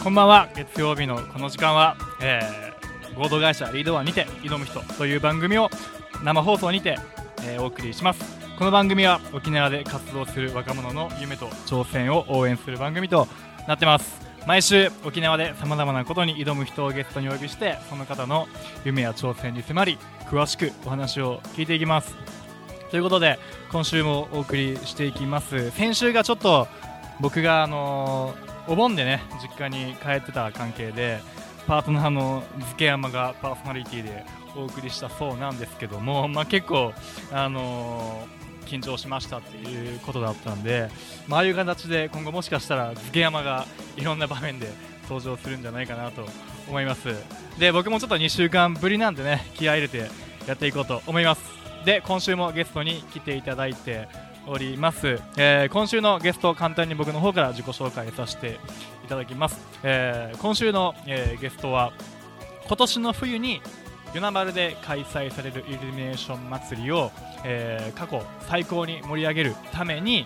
こんばんは。月曜日のこの時間は、合同会社リードワンにて挑む人という番組を生放送にて、お送りします。この番組は沖縄で活動する若者の夢と挑戦を応援する番組となってます。毎週沖縄でさまざまなことに挑む人をゲストにお呼びして、その方の夢や挑戦に迫り詳しくお話を聞いていきます。ということで今週もお送りしていきます。先週がちょっと僕がお盆でね実家に帰ってた関係で、パートナーの漬山がパーソナリティでお送りしたそうなんですけども、結構緊張しましたっていうことだったんで、ああいう形で今後もしかしたら漬山がいろんな場面で登場するんじゃないかなと思います。で、僕もちょっと2週間ぶりなんでね、気合い入れてやっていこうと思います。で、今週もゲストに来ていただいております。今週のゲスト、簡単に僕の方から自己紹介させていただきます。今週の、ゲストは今年の冬に与那原で開催されるイルミネーション祭りを、過去最高に盛り上げるために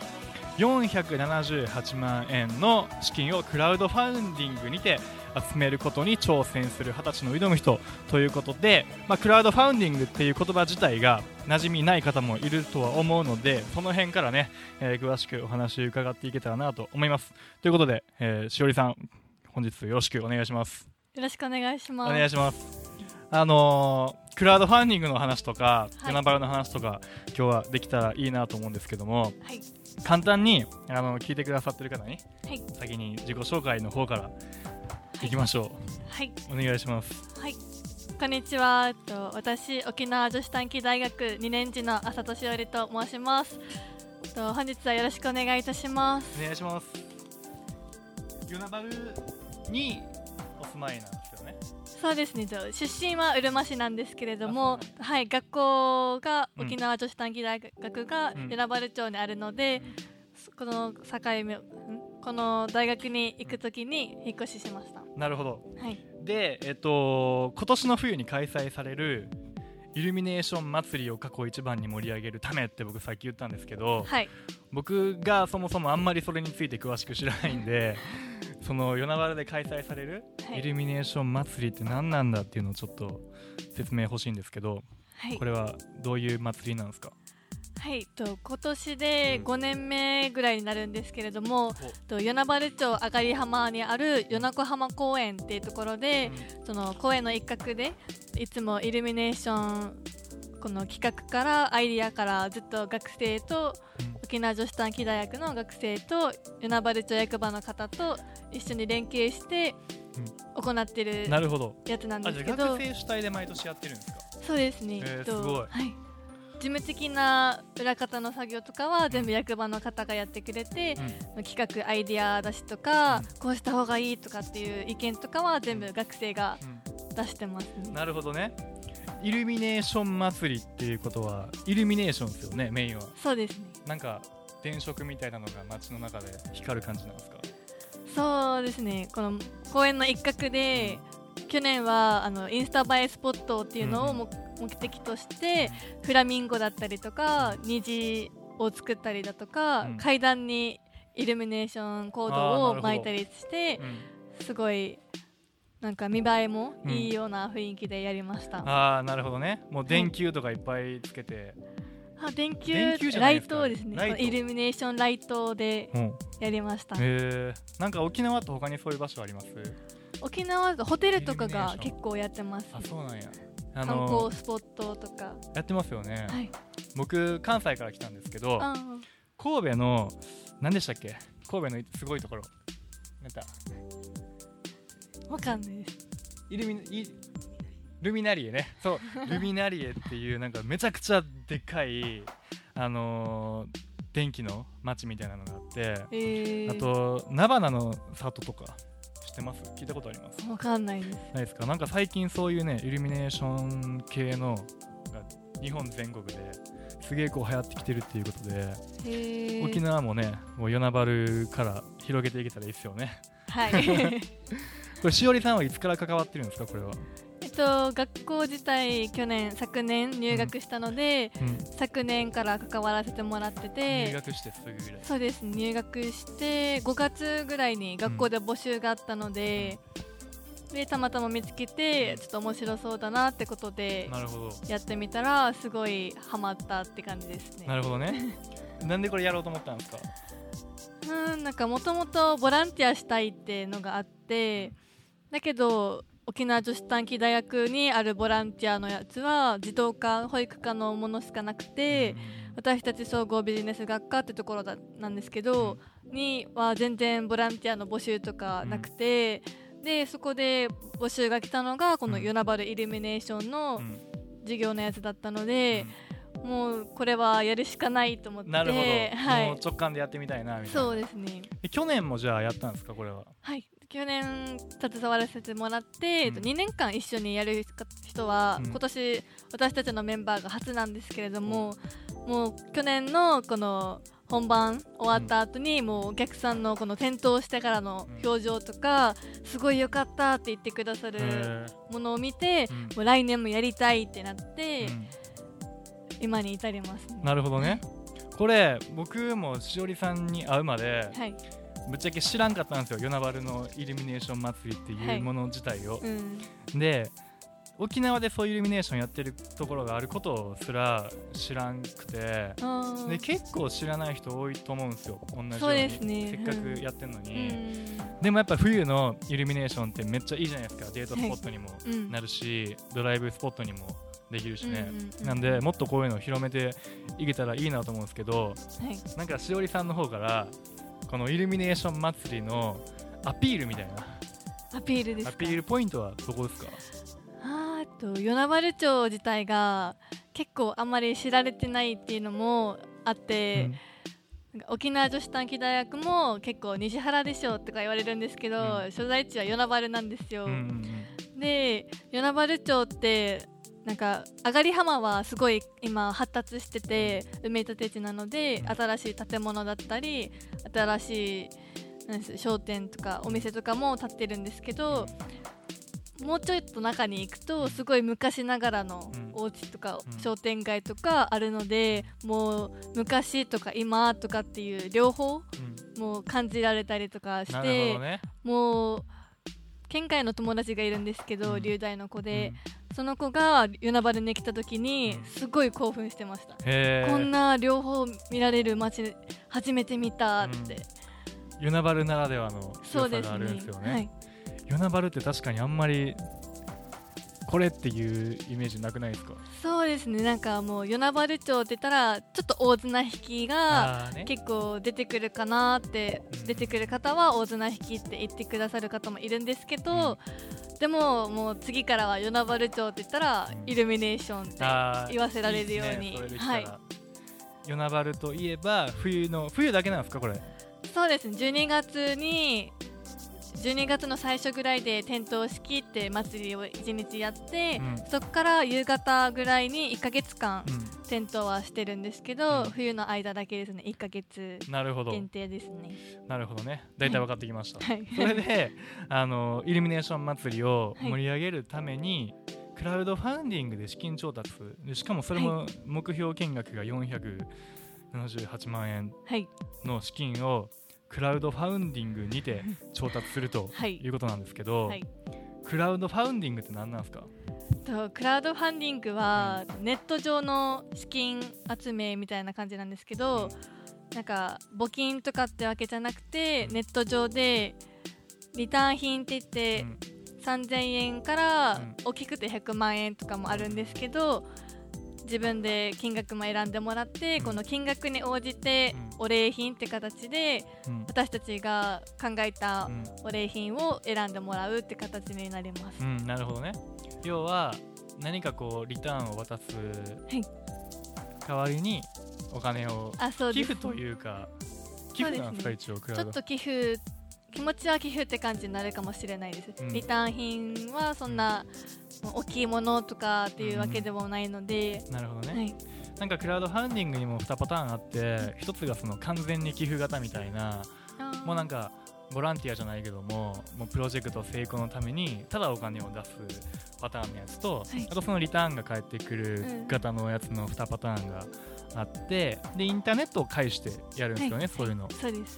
478万円の資金をクラウドファウンディングにて集めることに挑戦する20歳の挑む人ということで、クラウドファウンディングっていう言葉自体が馴染みない方もいるとは思うので、その辺からね、詳しくお話伺っていけたらなと思います。ということで、しおりさん、本日よろしくお願いします。 よろしくお願いします。 お願いします。クラウドファンディングの話とか与那原の話とか今日はできたらいいなと思うんですけども、簡単に聞いてくださってる方に、先に自己紹介の方からいきましょう。お願いします。 こんにちは。私、沖縄女子短期大学2年次の浅戸しおりと申します。本日はよろしくお願いいたします。 お願いします。与那原にお住まいなんですよね。 そうですね。出身はうるま市なんですけれども、学校が沖縄女子短期大学が与那原町にあるので、このこの大学に行くときに引っ越ししました。 なるほど。で、今年の冬に開催されるイルミネーション祭りを過去一番に盛り上げるためって僕さっき言ったんですけど、僕がそもそもあんまりそれについて詳しく知らないんでその与那原で開催されるイルミネーション祭りって何なんだっていうのをちょっと説明欲しいんですけど、これはどういう祭りなんですか？ 今年で5年目ぐらいになるんですけれども、与那原町あがり浜にある与那子浜公園っていうところで、その公園の一角でいつもイルミネーション、この企画からアイディアからずっと学生と、沖縄女子短期大学の学生と与那原町役場の方と一緒に連携して行ってるやつなんですけど、 学生主体で毎年やってるんですか？ そうですね。 すごい。 事務的な裏方の作業とかは全部役場の方がやってくれて、企画アイディア出しとか、こうした方がいいとかっていう意見とかは全部学生が出してますね。 なるほどね。イルミネーション祭りっていうことはイルミネーションですよね、メインは。 そうですね。 なんか電飾みたいなのが街の中で光る感じなんですか？ そうですね。この公園の一角で、去年はインスタ映えスポットっていうのを目的として、フラミンゴだったりとか虹を作ったりだとか、階段にイルミネーションコードを巻いたりして、すごいなんか見栄えもいいような雰囲気でやりました。 なるほどね。もう電球とかいっぱいつけて、 電球ライトですね。イルミネーションライトでやりました。 なんか沖縄と他にそういう場所あります？ 沖縄だとホテルとかが結構やってます。 そうなんや。 観光スポットとかやってますよね。僕関西から来たんですけど、神戸の何でしたっけ？神戸のすごいところわかんないです。 ルミナリエね。そうルミナリエっていうなんかめちゃくちゃでかい電気の街みたいなのがあって、あと菜花の里とか知ってます？聞いたことあります？ わかんないです。 ないですか？なんか最近そういうねイルミネーション系の日本全国ですげえこう流行ってきてるっていうことで、沖縄もねもう与那原から広げていけたらいいですよね。これしおりさんはいつから関わってるんですか？これは学校自体昨年入学したので、昨年から関わらせてもらってて、 入学してすぐぐらい。 そうですね、入学して5月ぐらいに学校で募集があったので、でたまたま見つけてちょっと面白そうだなってことでやってみたらすごいハマったって感じですね。 なるほどねなんでこれやろうと思ったんですか？ なんかもともとボランティアしたいっていうのがあって、だけど沖縄女子短期大学にあるボランティアのやつは児童科保育科のものしかなくて、私たち総合ビジネス学科ってところなんですけど、には全然ボランティアの募集とかなくて、でそこで募集が来たのがこの与那原イルミネーションの授業のやつだったので、もうこれはやるしかないと思って。 なるほど、 はい、 もう直感でやってみたいなみたいな。 そうですね。 去年もじゃあやったんですかこれは？ はい、去年携わらせてもらって、2年間一緒にやる人は、今年私たちのメンバーが初なんですけれども、もう去年のこの本番終わった後にもうお客さんのこの点灯してからの表情とか、すごい良かったって言ってくださるものを見て、もう来年もやりたいってなって、今に至りますね。 なるほどね。これ僕もしおりさんに会うまで、ぶっちゃけ知らんかったんですよ、与那原のイルミネーション祭りっていうもの自体を、で沖縄でそういうイルミネーションやってるところがあることすら知らんくて、で結構知らない人多いと思うんですよ、同じように。 そうですね、 せっかくやってんのに、でもやっぱ冬のイルミネーションってめっちゃいいじゃないですか。デートスポットにもなるし、ドライブスポットにもできるしね、なんでもっとこういうのを広めていけたらいいなと思うんですけど、なんかしおりさんの方からこのイルミネーション祭りのアピールみたいな、 アピールですか？ アピールポイントはどこですか？ 与那原町自体が結構あんまり知られてないっていうのもあって、なんか沖縄女子短期大学も結構西原でしょとか言われるんですけど、所在地は与那原なんですよ。で与那原町ってなんか上がり浜はすごい今発達してて埋め立て地なので、新しい建物だったり新しい商店とかお店とかも建ってるんですけど、もうちょっと中に行くとすごい昔ながらのお家とか商店街とかあるので、もう昔とか今とかっていう両方もう感じられたりとかして、もう県外の友達がいるんですけど、龍大の子で、その子が与那原に来た時にすごい興奮してました。こんな両方見られる街初めて見たって。 与那原ならではの良さがあるんですよね。与那原って確かにあんまりこれっていうイメージなくないですか？ そうですね、なんかもう与那原町って言ったらちょっと大綱引きが結構出てくるかなって、出てくる方は大綱引きって言ってくださる方もいるんですけど、でももう次からは与那原町って言ったらイルミネーションって言わせられるように。 与那原といえば冬だけなんですかこれ？ そうですね、12月の最初ぐらいで点灯式って祭りを1日やって、そこから夕方ぐらいに1ヶ月間点灯はしてるんですけど、冬の間だけですね、1ヶ月限定ですね。 なるほどね、大体分かってきました。それでイルミネーション祭りを盛り上げるために、クラウドファウンディングで資金調達で、しかもそれも目標金額が478万円の資金をクラウドファウンディングにて調達するということなんですけど、クラウドファウンディングって何なんですか？ クラウドファンディングはネット上の資金集めみたいな感じなんですけど、なんか募金とかってわけじゃなくて、ネット上でリターン品って言って3000円から大きくて100万円とかもあるんですけど、自分で金額も選んでもらって、この金額に応じてお礼品って形で、私たちが考えたお礼品を選んでもらうって形になります。 なるほどね。要は何かこうリターンを渡す代わりにお金を寄付というか、寄付なんですか？一応クラウドちょっと寄付、気持ちは寄付って感じになるかもしれないです。リターン品はそんな大きいものとかっていうわけでもないので。 なるほどね。なんかクラウドファンディングにも2パターンあって、一つがその完全に寄付型みたいな、もうなんかボランティアじゃないけどもうプロジェクト成功のためにただお金を出すパターンのやつと、あとそのリターンが返ってくる型のやつの2パターンがあって、でインターネットを介してやるんですよね、そういうの。 そうです、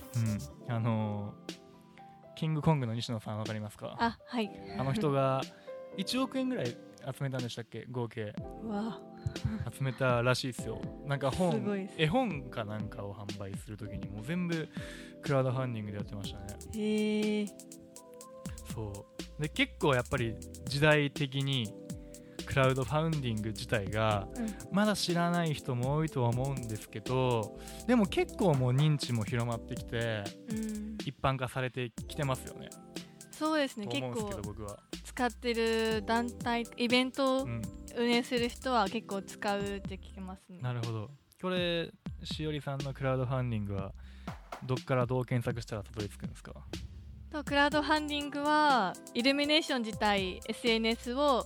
キングコングの西野さんわかりますか？ はい。 あの人が1億円ぐらい集めたんでしたっけ、合計。 わ集めたらしいですよ。なんか絵本かなんかを販売するときにもう全部クラウドファンディングでやってましたね。そうで、結構やっぱり時代的にクラウドファンディング自体がまだ知らない人も多いとは思うんですけど、でも結構もう認知も広まってきて、一般化されてきてますよね。 そうですね、結構僕は使ってる団体イベントを運営する人は結構使うって聞きますね。 なるほど。これしおりさんのクラウドファンディングはどっからどう検索したらたどり着くんですか？ クラウドファンディングはイルミネーション自体 SNS を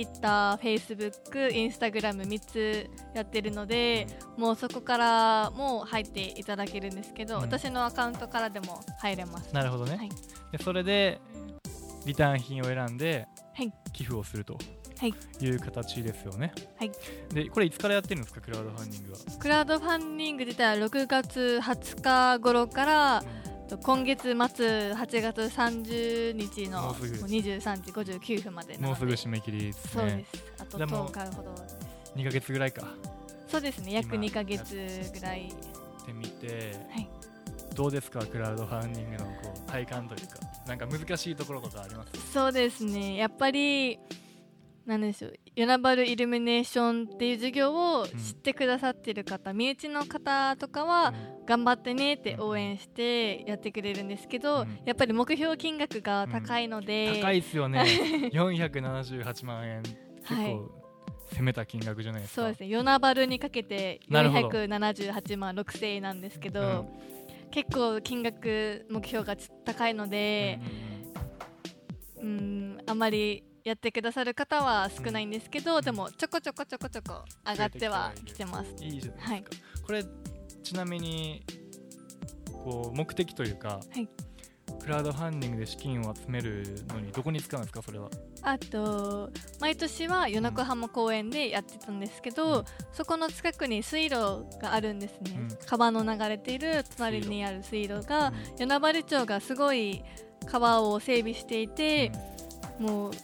Twitter、Facebook、Instagram3 つやってるので、もうそこからも入っていただけるんですけど、私のアカウントからでも入れます。 なるほどね、はい、でそれでリターン品を選んで寄付をするという形ですよね。はい、でこれいつからやってるんですか、クラウドファンディングは？クラウドファンディング自体は6月20日頃から、今月末8月30日の23時59分までなので、 もうすぐ締め切りですね。 そうです。あと10日ほどです。 2ヶ月ぐらいか。 そうですね、約2ヶ月ぐらいってみて、どうですか、クラウドファンディングの体感というか、なんか難しいところとかあります？ そうですね、やっぱりなんでしょう、与那原イルミネーションっていう授業を知ってくださってる方、身内の方とかは頑張ってねって応援してやってくれるんですけど、やっぱり目標金額が高いので、 高いですよね478万円、結構攻めた金額じゃないですか。 そうですね、与那原にかけて478万6千円なんですけど、結構金額目標が高いので、あまりやってくださる方は少ないんですけど、でもちょこちょこ上がってはきてます。 いいじゃないですか、これちなみに目的というか、クラウドファンディングで資金を集めるのにどこに使うんですか、それは？ 毎年は与那浜公園でやってたんですけど、そこの近くに水路があるんですね、川の流れている隣にある水路が、与那原町がすごい川を整備していて、もう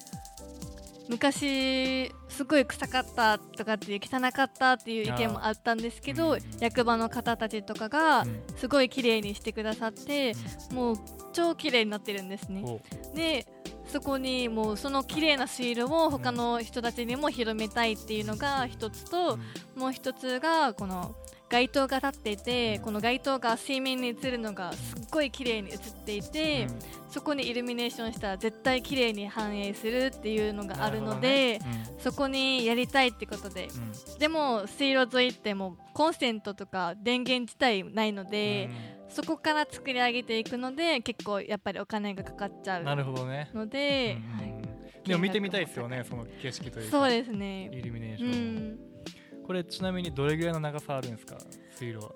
昔すごい臭かったとかっていう、汚かったっていう意見もあったんですけど、役場の方たちとかがすごい綺麗にしてくださって、もう超綺麗になってるんですね。でそこにもうその綺麗な水路を他の人たちにも広めたいっていうのが一つと、もう一つがこの街灯が立っていて、この街灯が水面に映るのがすっごい綺麗に映っていて、そこにイルミネーションしたら絶対綺麗に反映するっていうのがあるので、そこにやりたいってことで、でも水路沿いってもうコンセントとか電源自体ないので、そこから作り上げていくので結構やっぱりお金がかかっちゃうので、 でも見てみたいですよね、その景色というか。 そうですね、 イルミネーション、これちなみにどれぐらいの長さあるんですか、水路は？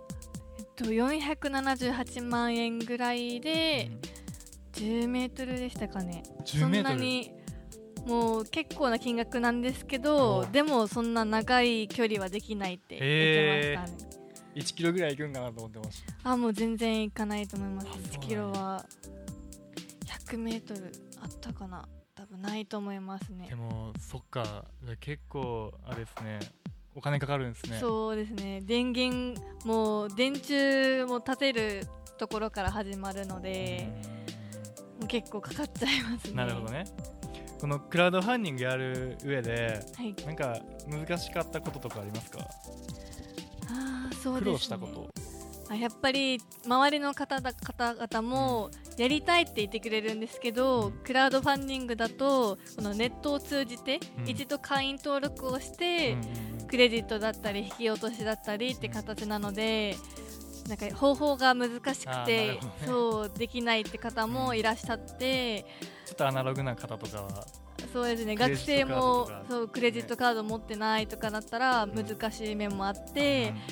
478万円ぐらいで、10メートルでしたかね。そんなにもう結構な金額なんですけど、でもそんな長い距離はできないって言ってましたね。 1キロぐらい行くんかなと思ってました。 もう全然行かないと思います。1キロは100メートルあったかな、多分ないと思いますね。 でもそっか、結構あれですね、お金かかるんですね。 そうですね、電源も電柱も立てるところから始まるので、もう結構かかっちゃいますね。 なるほどね。このクラウドファンディングやる上で、なんか難しかったこととかありますか？ そうですね、 苦労したこと。 やっぱり周りの方々もやりたいって言ってくれるんですけど、クラウドファンディングだとこのネットを通じて一度会員登録をして、クレジットだったり引き落としだったりって形なので、なんか方法が難しくて、そうできないって方もいらっしゃって、 ちょっとアナログな方とかは、 そうですね、学生もそうクレジットカード持ってないとかだったら難しい面もあって、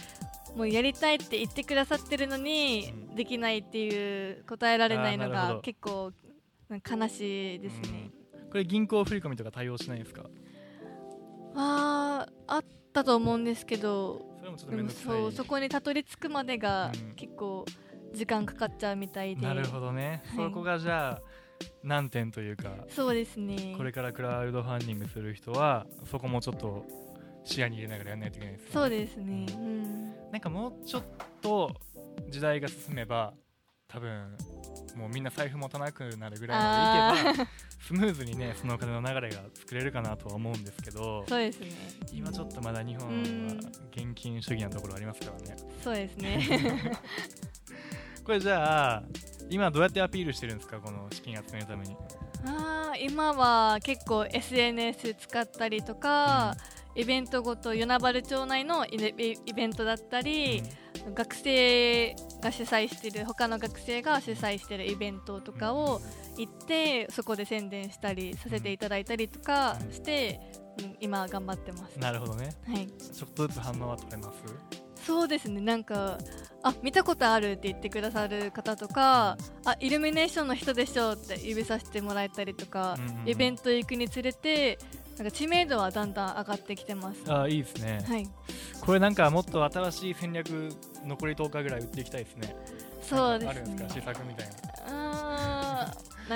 もうやりたいって言ってくださってるのに、できないっていう答えられないのが結構悲しいですね。 これ銀行振り込みとか対応しないんですか？ あったと思うんですけど、 それもちょっとめんどくさい。 そこにたどり着くまでが結構時間かかっちゃうみたいで。 なるほどね、はい、そこがじゃあ難点というか。 そうですね。 これからクラウドファンディングする人はそこもちょっと視野に入れながらやらないといけないですね。 そうですね、 なんかもうちょっと時代が進めば多分もうみんな財布持たなくなるぐらいまでいけばスムーズにねそのお金の流れが作れるかなとは思うんですけど、 そうですね、 今ちょっとまだ日本は現金主義なところありますからね。 そうですねこれじゃあ今どうやってアピールしてるんですか、この資金集めるために。 今は結構 SNS 使ったりとか、イベントごと与那原町内のイベントだったり、学生が主催してる他の学生が主催してるイベントとかを行ってそこで宣伝したりさせていただいたりとかして、今頑張ってます。 なるほどね、 はい、 ちょっとずつ反応は取れます？ そうですね、なんか見たことあるって言ってくださる方とか、イルミネーションの人でしょって指さしてもらえたりとか、イベント行くにつれてなんか知名度はだんだん上がってきてます。 いいですね、 はい、 これなんかもっと新しい戦略残り10日ぐらい打っていきたいですね。 そうですね。 あるんですか、施策みたいな。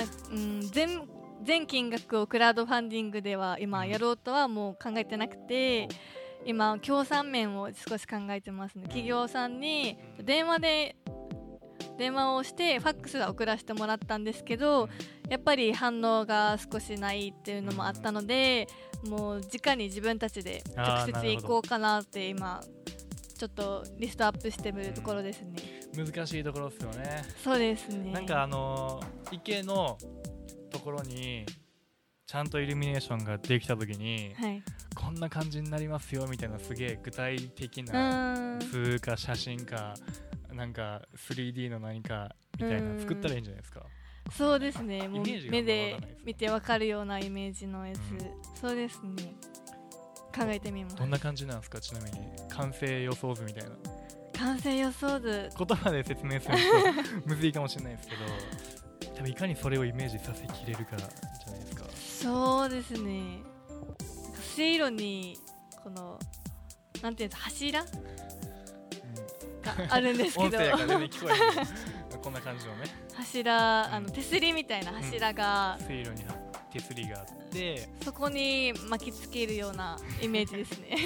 全金額をクラウドファンディングでは今やろうとはもう考えてなくて、今協賛面を少し考えてますね。企業さんに電話をしてファックスは送らせてもらったんですけど、やっぱり反応が少しないっていうのもあったので、もう直に自分たちで直接行こうかなって今ちょっとリストアップしてるところですね。 難しいところですよね。 そうですね。 なんか池のところにちゃんとイルミネーションができた時に、こんな感じになりますよみたいなすげえ具体的な図か写真かなんか 3D の何かみたいな作ったらいいんじゃないですか。 そうですね、もう目で見て分かるようなイメージのやつ、そうですね、考えてみます。 どんな感じなんですか、ちなみに完成予想図みたいな。 完成予想図言葉で説明するとむずいかもしれないですけど、多分いかにそれをイメージさせきれるかじゃないですか。 そうですね、水路にこのなんていうんですか、柱があるんですけど音声が全然聞こえないこんな感じのね柱、手すりみたいな柱が、 水路に手すりがあってそこに巻きつけるようなイメージですね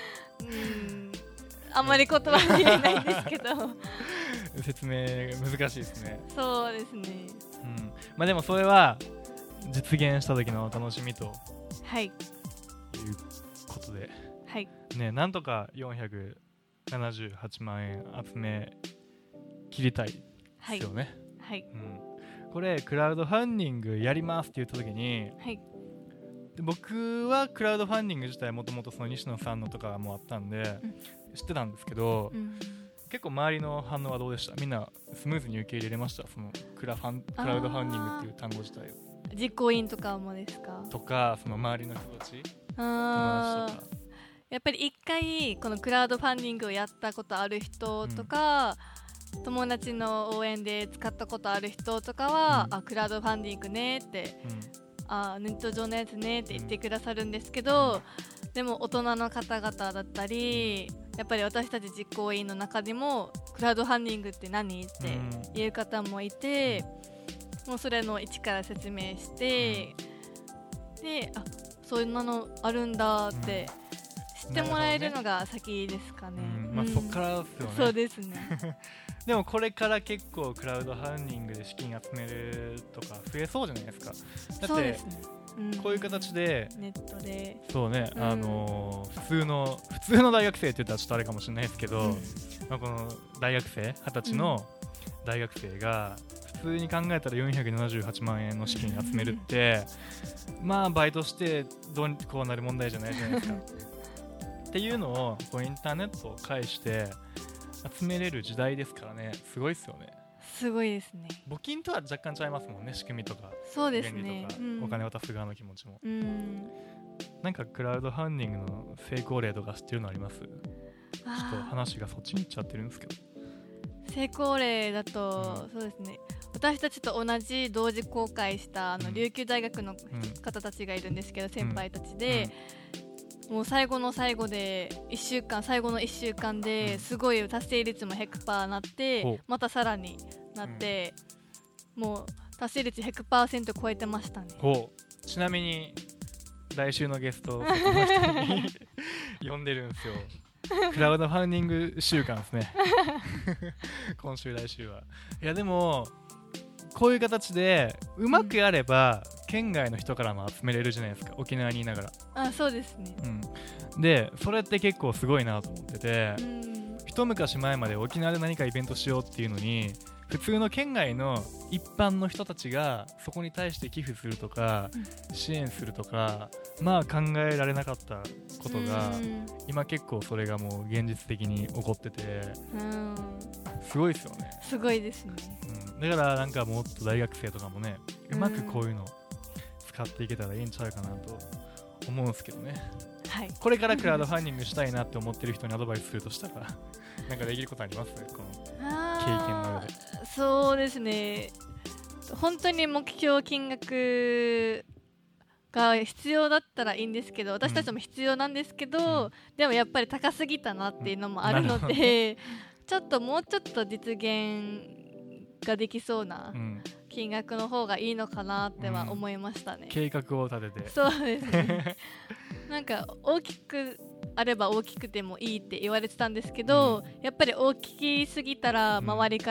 あんまり言葉に言えないんですけど説明難しいですね。 そうですね、 まあでもそれは実現した時のお楽しみということで、ね、なんとか478万円集め切りたいですよね。これクラウドファンディングやりますって言った時に、で僕はクラウドファンディング自体もともとその西野さんのとかもあったんで、知ってたんですけど、結構周りの反応はどうでした？みんなスムーズに受け入れれました？そのクラウドファンディングっていう単語自体を。 実行委員とかもですか？ とかその周りの人たち、友達とか。 やっぱり一回このクラウドファンディングをやったことある人とか、友達の応援で使ったことある人とかは、クラウドファンディングねって、ネット上のやつねって言ってくださるんですけど、でも大人の方々だったり、やっぱり私たち実行委員の中でもクラウドファンディングって何っていう方もいて、もうそれの一から説明して、でそういうのあるんだって知ってもらえるのが先ですかね。 そっからですよね。 そうですねでもこれから結構クラウドファンディングで資金集めるとか増えそうじゃないですか。だって、こういう形でネットでそうね、普通の大学生って言ったらちょっとあれかもしれないですけど、この大学生20歳の大学生が普通に考えたら478万円の資金集めるって、まあバイトしてどうこうなる問題じゃないじゃないですかっていうのをこうインターネットを介して集めれる時代ですからね。すごいですよね。 すごいですね。 募金とは若干ちゃいますもんね、仕組みとか。 そうですね、 原理とか、お金を渡す側の気持ちも、なんかクラウドファンディングの成功例とか知ってるのあります？ っと話がそっちに行っちゃってるんですけど。 成功例だと、そうですね、私たちと同じ同時公開した琉球大学の方たちがいるんですけど、先輩たちで、もう最後の最後で最後の1週間ですごい達成率も 100% なって、またさらになって、もう達成率 100% 超えてましたね。 ちなみに来週のゲスト、そこの人に呼んでるんですよ。クラウドファンディング週間ですね。今週来週は。いやでもこういう形でうまくやれば、県外の人からも集めれるじゃないですか、沖縄にいながら。 そうですね、 でそれって結構すごいなと思ってて、一昔前まで沖縄で何かイベントしようっていうのに普通の県外の一般の人たちがそこに対して寄付するとか、支援するとか、まあ考えられなかったことが、今結構それがもう現実的に起こってて、すごいですよね。 すごいですね、 だからなんかもっと大学生とかもね、うまくこういうの使っていけたらいいんちゃうかなと思うんですけどね。これからクラウドファンディングしたいなって思ってる人にアドバイスするとしたらなんかできることあります？この経験の上で。 そうですね、本当に目標金額が必要だったらいいんですけど、私たちも必要なんですけど、でもやっぱり高すぎたなっていうのもあるので、ちょっともうちょっと実現ができそうな金額の方がいいのかなっては思いましたね。 計画を立てて。 そうですね。なんか大きくあれば大きくてもいいって言われてたんですけど、やっぱり大きすぎたら周りから、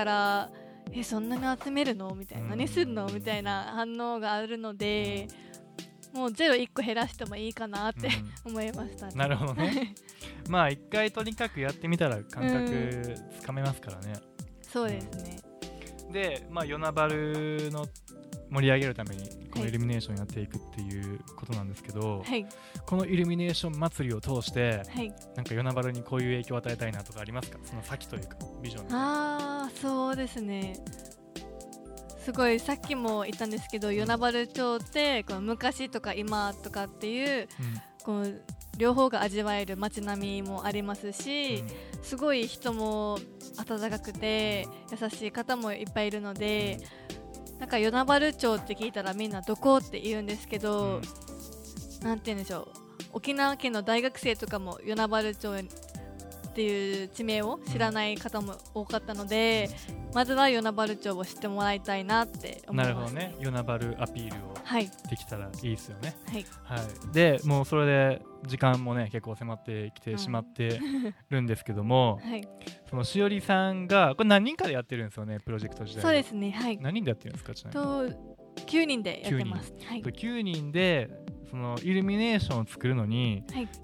そんなに集めるのみたいな、何するのみたいな反応があるので、もうゼロ1個減らしてもいいかなって思いましたね。 なるほどね。まあ一回とにかくやってみたら感覚つかめますからね。 そうですね。 で、ヨナバルの盛り上げるためにこのイルミネーションやっていくっていうことなんですけど、このイルミネーション祭りを通して、なんかヨナバルにこういう影響を与えたいなとかありますか？その先というかビジョン。 そうですね、すごいさっきも言ったんですけど、与那原町ってこの昔とか今とかっていう、この両方が味わえる街並みもありますし、すごい人も温かくて優しい方もいっぱいいるので、なんか与那原町って聞いたらみんなどこって言うんですけど、なんて言うんでしょう、沖縄県の大学生とかも与那原町っていう地名を知らない方も多かったので、まずは与那原町を知ってもらいたいなって思います。 なるほどね、与那原アピールをできたらいいですよね。 でもうそれで時間もね結構迫ってきてしまってるんですけども、そのしおりさんがこれ何人かでやってるんですよね、プロジェクト自体。 そうですね、 何人でやってるんですか？ちなみに 9人でやってます。 9人でそのイルミネーションを作るのに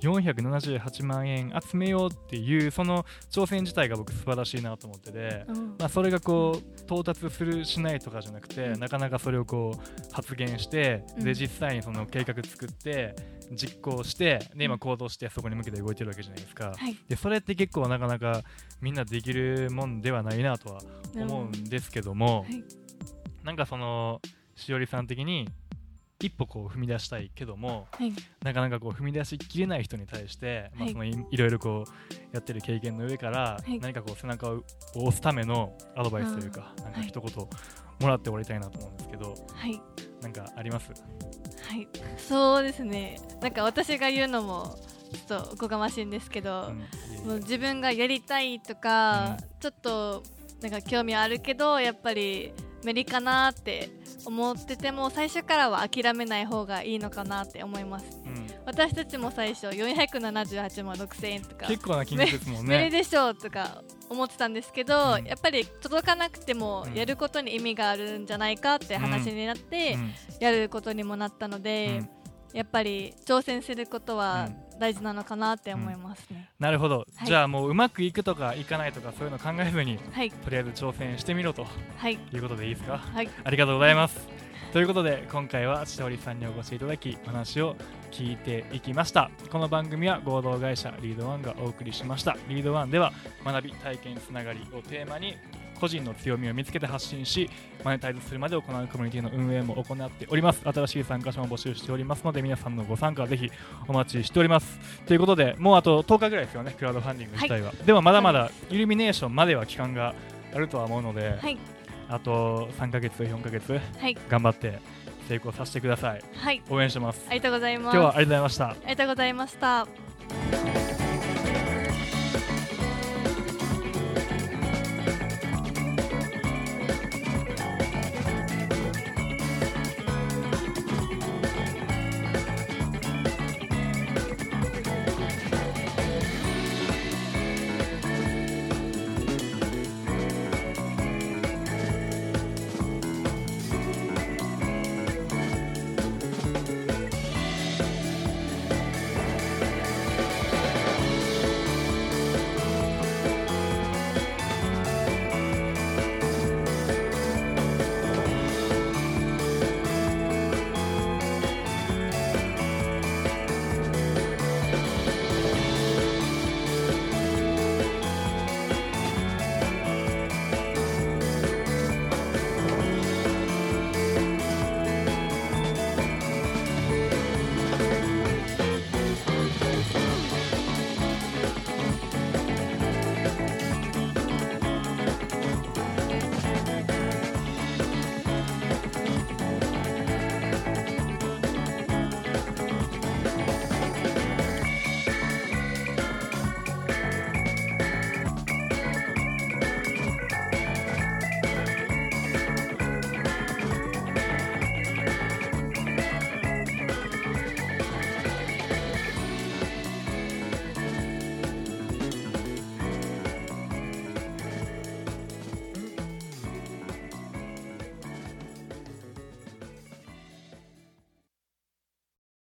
478万円集めようっていうその挑戦自体が僕素晴らしいなと思ってて、それがこう到達するしないとかじゃなくて、なかなかそれをこう発言して、で実際にその計画作って実行して、で今行動してそこに向けて動いてるわけじゃないですか。でそれって結構なかなかみんなできるもんではないなとは思うんですけども、なんかそのしおりさん的に一歩こう踏み出したいけども、なかなかこう踏み出しきれない人に対して、そのいろいろこうやってる経験の上から、何かこう背中を押すためのアドバイスというか、なんか一言もらって終わりたいなと思うんですけど、なんかあります？ そうですね、なんか私が言うのもちょっとおこがましいんですけど、もう自分がやりたいとか、ちょっとなんか興味あるけどやっぱり無理かなって思ってても、最初からは諦めない方がいいのかなって思います。私たちも最初478万6000円とか結構な金額ですもんね。 無理でしょうとか思ってたんですけど、やっぱり届かなくてもやることに意味があるんじゃないかって話になって、やることにもなったので、やっぱり挑戦することは大事なのかなって思いますね。 なるほど、じゃあもううまくいくとかいかないとかそういうの考えずに、とりあえず挑戦してみろと、いうことでいいですか？ありがとうございます。ということで今回はしおりさんにお越しいただきお話を聞いていきました。この番組は合同会社リードワンがお送りしました。リードワンでは学び体験つながりをテーマに個人の強みを見つけて発信しマネタイズするまで行うコミュニティの運営も行っております。新しい参加者も募集しておりますので皆さんのご参加ぜひお待ちしております。ということでもうあと10日ぐらいですよねクラウドファンディング自体は、はい、でもまだまだイルミネーションまでは期間があるとは思うので、はい、あと3ヶ月4ヶ月、はい、頑張って成功させてください、はい、応援してます。 ありがとうございます。 今日はありがとうございました。 ありがとうございました。